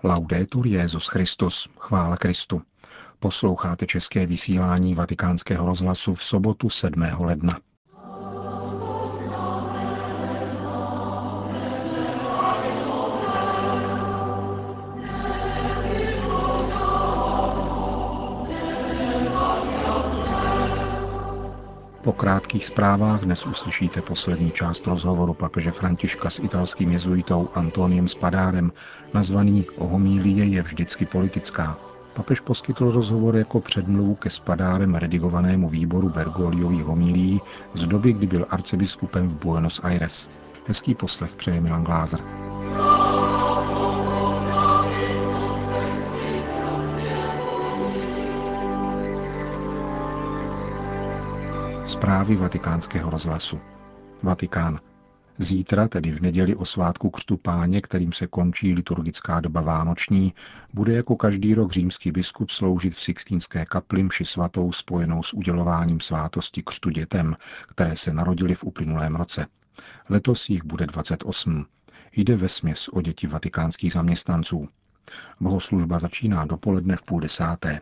Laudetur Jesus Christus, chvála Kristu. Posloucháte české vysílání Vatikánského rozhlasu v sobotu 7. ledna. Po krátkých zprávách dnes uslyšíte poslední část rozhovoru papeže Františka s italským jezuitou Antoniem Spadárem, nazvaný O homilie je vždycky politická. Papež poskytl rozhovor jako předmluvu ke Spadárem redigovanému výboru Bergoliových homilií z doby, kdy byl arcibiskupem v Buenos Aires. Hezký poslech přeje Milan Glázer. Zprávy Vatikánského rozhlasu. Vatikán. Zítra, tedy v neděli o svátku Křtu Páně, kterým se končí liturgická doba vánoční, bude jako každý rok římský biskup sloužit v Sixtínské kapli mši svatou spojenou s udělováním svátosti křtu dětem, které se narodily v uplynulém roce. Letos jich bude 28. Jde vesměs o děti vatikánských zaměstnanců. Bohoslužba začíná dopoledne v 9:30.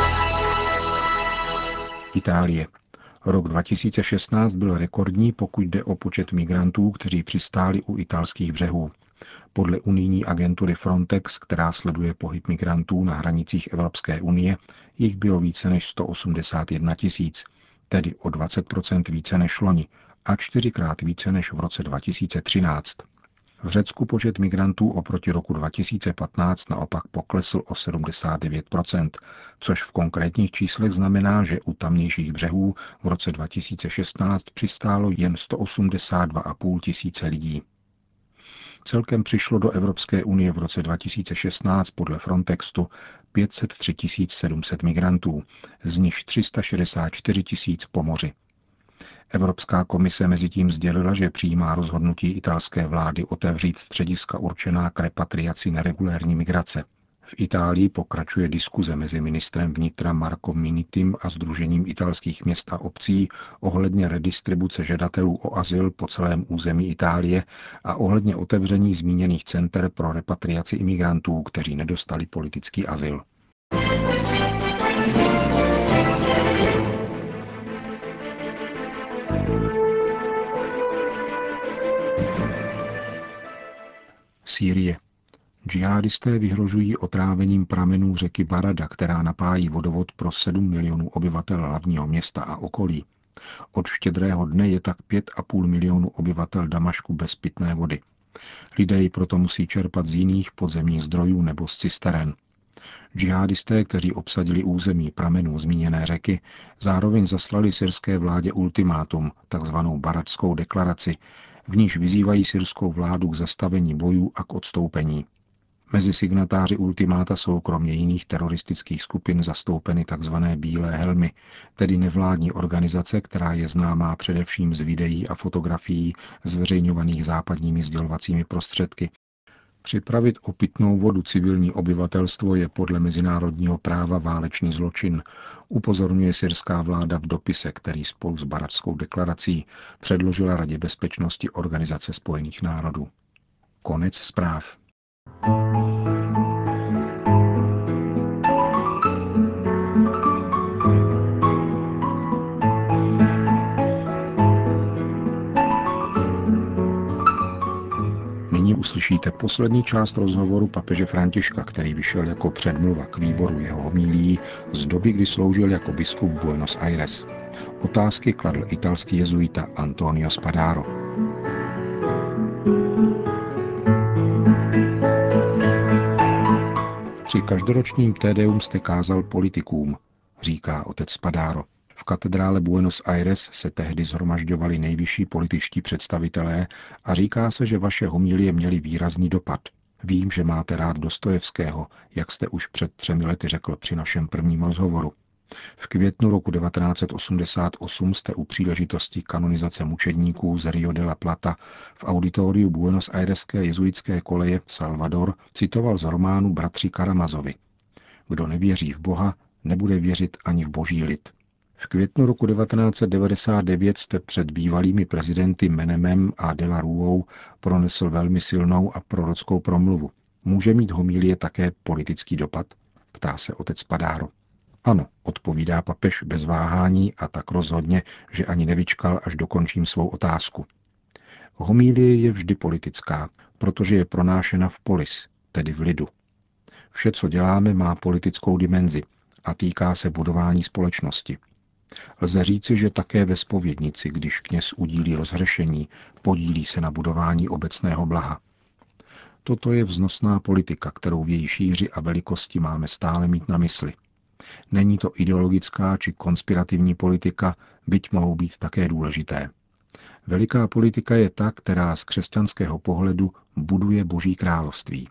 Itálie. Rok 2016 byl rekordní, pokud jde o počet migrantů, kteří přistáli u italských břehů. Podle unijní agentury Frontex, která sleduje pohyb migrantů na hranicích Evropské unie, jich bylo více než 181 000, tedy o 20% více než loni a 4krát více než v roce 2013. V Řecku počet migrantů oproti roku 2015 naopak poklesl o 79%, což v konkrétních číslech znamená, že u tamnějších břehů v roce 2016 přistálo jen 182 500 lidí. Celkem přišlo do Evropské unie v roce 2016 podle Frontextu 503 700 migrantů, z nichž 364 000 po moři. Evropská komise mezitím sdělila, že přijímá rozhodnutí italské vlády otevřít střediska určená k repatriaci neregulérní migrace. V Itálii pokračuje diskuze mezi ministrem vnitra Marco Minitim a Sdružením italských měst a obcí ohledně redistribuce žadatelů o azyl po celém území Itálie a ohledně otevření zmíněných center pro repatriaci imigrantů, kteří nedostali politický azyl. Sýrie. Džihadisté vyhrožují otrávením pramenů řeky Barada, která napájí vodovod pro 7 milionů obyvatel hlavního města a okolí. Od štědrého dne je tak 5,5 milionu obyvatel Damašku bez pitné vody. Lidé ji proto musí čerpat z jiných podzemních zdrojů nebo z cisteren. Džihadisté, kteří obsadili území pramenů zmíněné řeky, zároveň zaslali syrské vládě ultimátum, takzvanou Baradskou deklaraci, v níž vyzývají syrskou vládu k zastavení bojů a k odstoupení. Mezi signatáři ultimáta jsou kromě jiných teroristických skupin zastoupeny tzv. Bílé helmy, tedy nevládní organizace, která je známá především z videí a fotografií zveřejňovaných západními sdělovacími prostředky. Připravit o pitnou vodu civilní obyvatelstvo je podle mezinárodního práva válečný zločin, upozorňuje syrská vláda v dopise, který spolu s Baradskou deklarací předložila Radě bezpečnosti Organizace spojených národů. Konec zpráv. Nyní uslyšíte poslední část rozhovoru papeže Františka, který vyšel jako předmluva k výboru jeho homilií z doby, kdy sloužil jako biskup Buenos Aires. Otázky kladl italský jezuita Antonio Spadaro. Při každoročním tédeum jste kázal politikům, říká otec Spadaro. V katedrále Buenos Aires se tehdy shromažďovali nejvyšší političtí představitelé a říká se, že vaše homilie měly výrazný dopad. Vím, že máte rád Dostojevského, jak jste už před 3 lety řekl při našem prvním rozhovoru. V květnu roku 1988 jste u příležitosti kanonizace mučedníků z Rio de la Plata v auditoriu Buenos Aireské jezuitské koleje Salvador citoval z románu Bratři Karamazovi. Kdo nevěří v Boha, nebude věřit ani v boží lid. V květnu roku 1999 jste před bývalými prezidenty Menemem a De la Ruou pronesl velmi silnou a prorockou promluvu. Může mít homilie také politický dopad? Ptá se otec Spadaro. Ano, odpovídá papež bez váhání a tak rozhodně, že ani nevyčkal, až dokončím svou otázku. Homilie je vždy politická, protože je pronášena v polis, tedy v lidu. Vše, co děláme, má politickou dimenzi a týká se budování společnosti. Lze říci, že také ve zpovědnici, když kněz udílí rozhřešení, podílí se na budování obecného blaha. Toto je vznosná politika, kterou v její šíři a velikosti máme stále mít na mysli. Není to ideologická či konspirativní politika, byť mohou být také důležité. Veliká politika je ta, která z křesťanského pohledu buduje Boží království.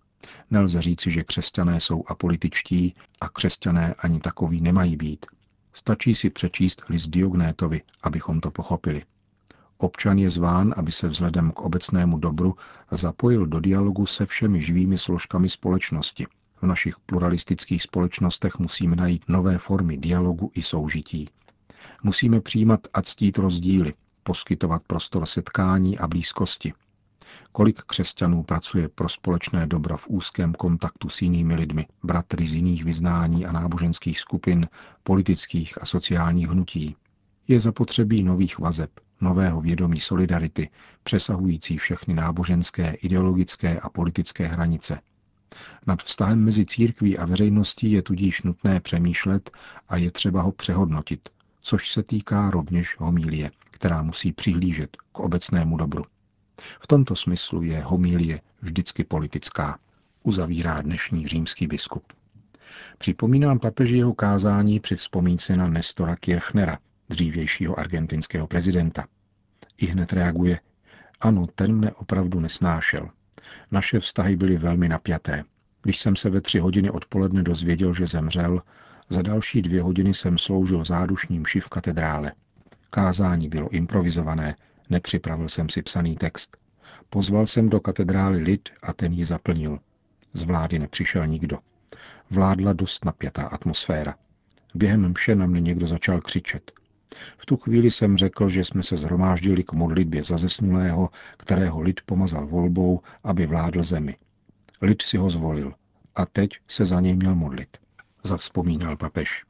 Nelze říci, že křesťané jsou apolitičtí a křesťané ani takoví nemají být. Stačí si přečíst list Diognétovi, abychom to pochopili. Občan je zván, aby se vzhledem k obecnému dobru zapojil do dialogu se všemi živými složkami společnosti. V našich pluralistických společnostech musíme najít nové formy dialogu i soužití. Musíme přijímat a ctít rozdíly, poskytovat prostor setkání a blízkosti. Kolik křesťanů pracuje pro společné dobro v úzkém kontaktu s jinými lidmi, bratry z jiných vyznání a náboženských skupin, politických a sociálních hnutí. Je zapotřebí nových vazeb, nového vědomí solidarity, přesahující všechny náboženské, ideologické a politické hranice. Nad vztahem mezi církví a veřejností je tudíž nutné přemýšlet a je třeba ho přehodnotit, což se týká rovněž homilie, která musí přihlížet k obecnému dobru. V tomto smyslu je homilie vždycky politická, uzavírá dnešní římský biskup. Připomínám papeži jeho kázání při vzpomínce na Nestora Kirchnera, dřívějšího argentinského prezidenta. Ihned reaguje: ano, ten mne opravdu nesnášel. Naše vztahy byly velmi napjaté. Když jsem se ve 3 hodiny odpoledne dozvěděl, že zemřel, za další 2 hodiny jsem sloužil zádušní mši v katedrále. Kázání bylo improvizované, nepřipravil jsem si psaný text. Pozval jsem do katedrály lid a ten ji zaplnil. Z vlády nepřišel nikdo. Vládla dost napjatá atmosféra. Během mše na mne někdo začal křičet. V tu chvíli jsem řekl, že jsme se shromáždili k modlitbě za zesnulého, kterého lid pomazal volbou, aby vládl zemi. Lid si ho zvolil a teď se za něj měl modlit, zavzpomínal papež.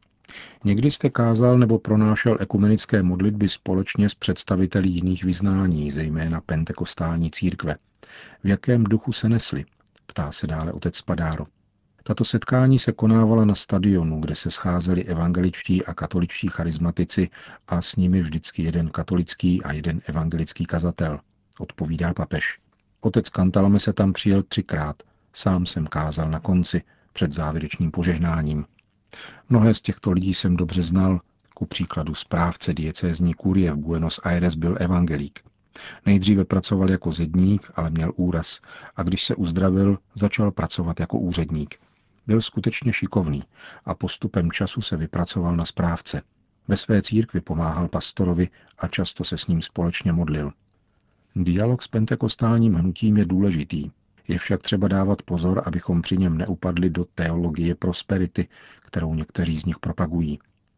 Někdy jste kázal nebo pronášel ekumenické modlitby společně s představiteli jiných vyznání, zejména pentekostální církve. V jakém duchu se nesli? Ptá se dále otec Spadaro. Tato setkání se konávala na stadionu, kde se scházeli evangeličtí a katoličtí charizmatici a s nimi vždycky jeden katolický a jeden evangelický kazatel, odpovídá papež. Otec Cantalame se tam přijel 3krát, sám jsem kázal na konci, před závěrečným požehnáním. Mnohé z těchto lidí jsem dobře znal, ku příkladu správce diecézní kurie v Buenos Aires byl evangelík. Nejdříve pracoval jako zedník, ale měl úraz a když se uzdravil, začal pracovat jako úředník. Byl skutečně šikovný a postupem času se vypracoval na správce. Ve své církvi pomáhal pastorovi a často se s ním společně modlil. Dialog s pentekostálním hnutím je důležitý. Je však třeba dávat pozor, abychom při něm neupadli do teologie prosperity, kterou někteří z nich propagují.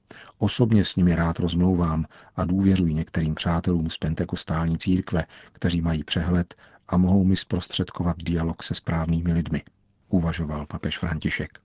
Osobně s nimi rád rozmlouvám a důvěřuji některým přátelům z pentekostální církve, kteří mají přehled a mohou mi zprostředkovat dialog se správnými lidmi, uvažoval papež František.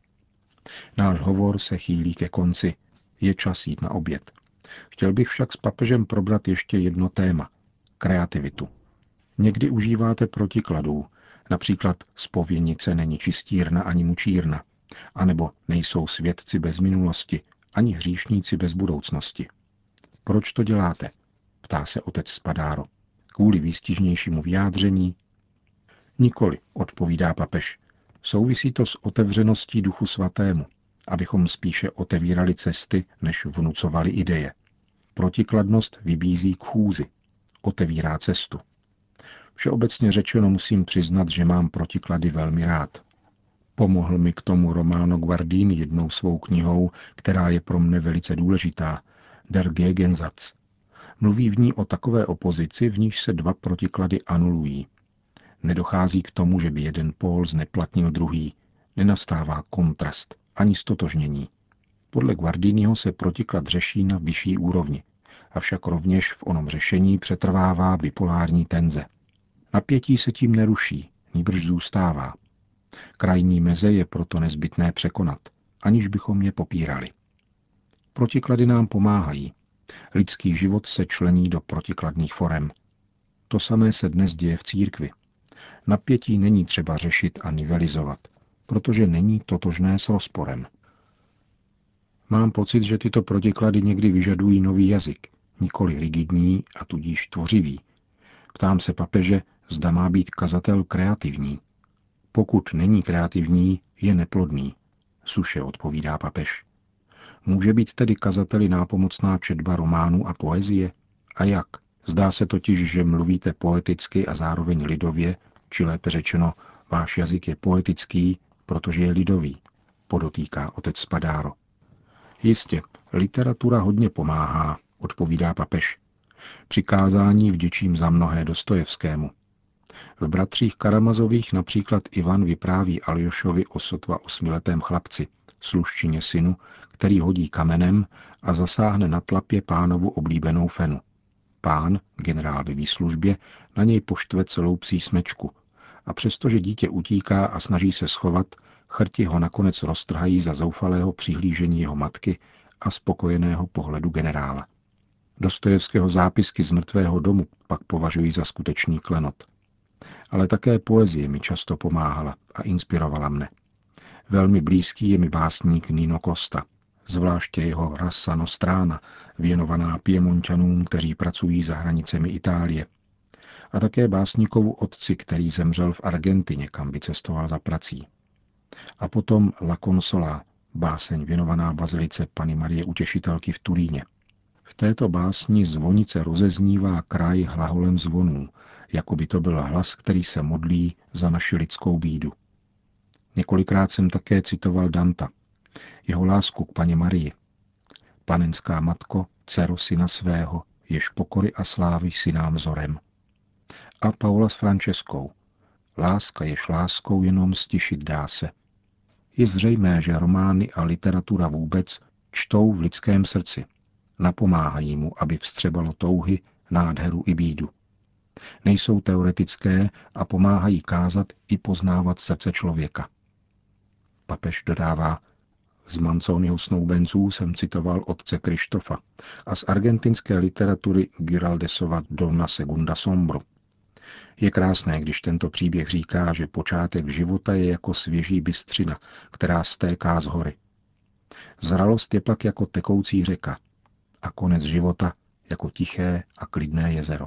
Náš hovor se chýlí ke konci. Je čas jít na oběd. Chtěl bych však s papežem probrat ještě jedno téma – kreativitu. Někdy užíváte protikladů, například zpovědnice není čistírna ani mučírna, anebo nejsou svědci bez minulosti, ani hříšníci bez budoucnosti. Proč to děláte? Ptá se otec Spadaro. Kvůli výstižnějšímu vyjádření? Nikoli, odpovídá papež. Souvisí to s otevřeností Duchu Svatému, abychom spíše otevírali cesty, než vnucovali ideje. Protikladnost vybízí k chůzi, otevírá cestu. Všeobecně řečeno musím přiznat, že mám protiklady velmi rád. Pomohl mi k tomu Romano Guardini jednou svou knihou, která je pro mne velice důležitá, Der Gegensatz. Mluví v ní o takové opozici, v níž se 2 protiklady anulují. Nedochází k tomu, že by jeden pól zneplatnil druhý. Nenastává kontrast, ani stotožnění. Podle Guardiniho se protiklad řeší na vyšší úrovni, avšak rovněž v onom řešení přetrvává bipolární tenze. Napětí se tím neruší, nýbrž zůstává. Krajní meze je proto nezbytné překonat, aniž bychom je popírali. Protiklady nám pomáhají. Lidský život se člení do protikladných forem. To samé se dnes děje v církvi. Napětí není třeba řešit a nivelizovat, protože není totožné s rozporem. Mám pocit, že tyto protiklady někdy vyžadují nový jazyk, nikoli rigidní a tudíž tvořivý. Ptám se papeže, zda má být kazatel kreativní. Pokud není kreativní, je neplodný, suše odpovídá papež. Může být tedy kazateli nápomocná četba románů a poezie? A jak? Zdá se totiž, že mluvíte poeticky a zároveň lidově, či lépe řečeno, váš jazyk je poetický, protože je lidový, podotýká otec Spadaro. Jistě, literatura hodně pomáhá, odpovídá papež. Přikázání vděčím za mnohé Dostojevskému. V Bratřích Karamazových například Ivan vypráví Aljošovi o sotva 8letém chlapci, služčině synu, který hodí kamenem a zasáhne na tlapě pánovu oblíbenou fenu. Pán, generál ve výslužbě, na něj poštve celou psí smečku a přestože dítě utíká a snaží se schovat, chrti ho nakonec roztrhají za zoufalého přihlížení jeho matky a spokojeného pohledu generála. Dostojevského zápisky z mrtvého domu pak považují za skutečný klenot. Ale také poezie mi často pomáhala a inspirovala mne. Velmi blízký je mi básník Nino Costa, zvláště jeho Rasa Nostrana, věnovaná Piemonťanům, kteří pracují za hranicemi Itálie. A také básníkovu otci, který zemřel v Argentině, kam vycestoval za prací. A potom La Consola, báseň věnovaná bazilice Panny Marie Utěšitelky v Turíně. V této básni zvonice rozeznívá kraj hlaholem zvonů, jako by to byl hlas, který se modlí za naši lidskou bídu. Několikrát jsem také citoval Danta, jeho lásku k Panně Marii. Panenská matko, dcero syna svého, jež pokory a slávy si nám vzorem. A Paula s Franceskou. Láska jež láskou jenom stišit dá se. Je zřejmé, že romány a literatura vůbec čtou v lidském srdci. Napomáhají mu, aby vstřebalo touhy, nádheru i bídu. Nejsou teoretické a pomáhají kázat i poznávat srdce člověka. Papež dodává, z Manzoniho snoubenců jsem citoval otce Krištofa a z argentinské literatury Giraldesova Donna Segunda Sombro. Je krásné, když tento příběh říká, že počátek života je jako svěží bystřina, která stéká z hory. Zralost je pak jako tekoucí řeka a konec života jako tiché a klidné jezero.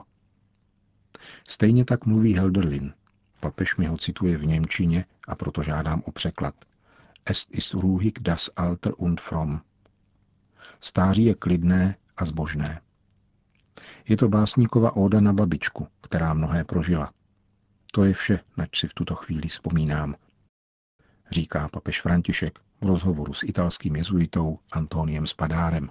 Stejně tak mluví Hölderlin. Papež mi ho cituje v němčině a proto žádám o překlad. Es ist ruhig das Alter und fromm. Stáří je klidné a zbožné. Je to básníkova óda na babičku, která mnohé prožila. To je vše, nač si v tuto chvíli vzpomínám, říká papež František v rozhovoru s italským jezuitou Antoniem Spadárem.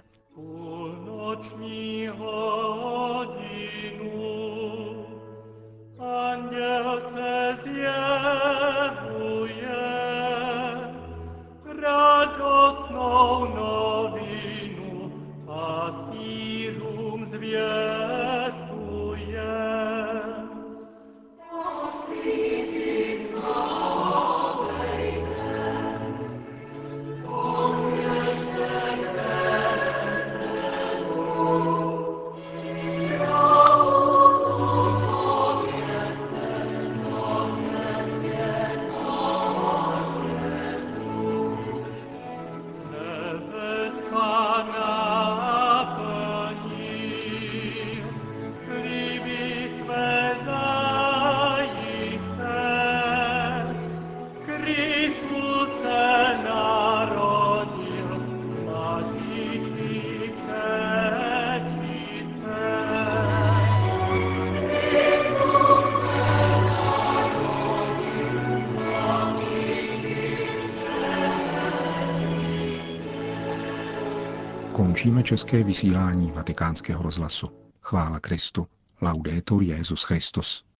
Anděl se zjevuje, radostnou novinu pastýřům zvěstuje. Pastýři vstávejte, pospěšte k Betlému, zprávu povězte na cestě nařeku. Nebeská naplní, sliby své zajisté. Kristus se narodil, z matičky prečisté. Kristus se narodil, z matičky Končíme české vysílání Vatikánského rozhlasu. Chvála Kristu. Laudetur Jesus Christus.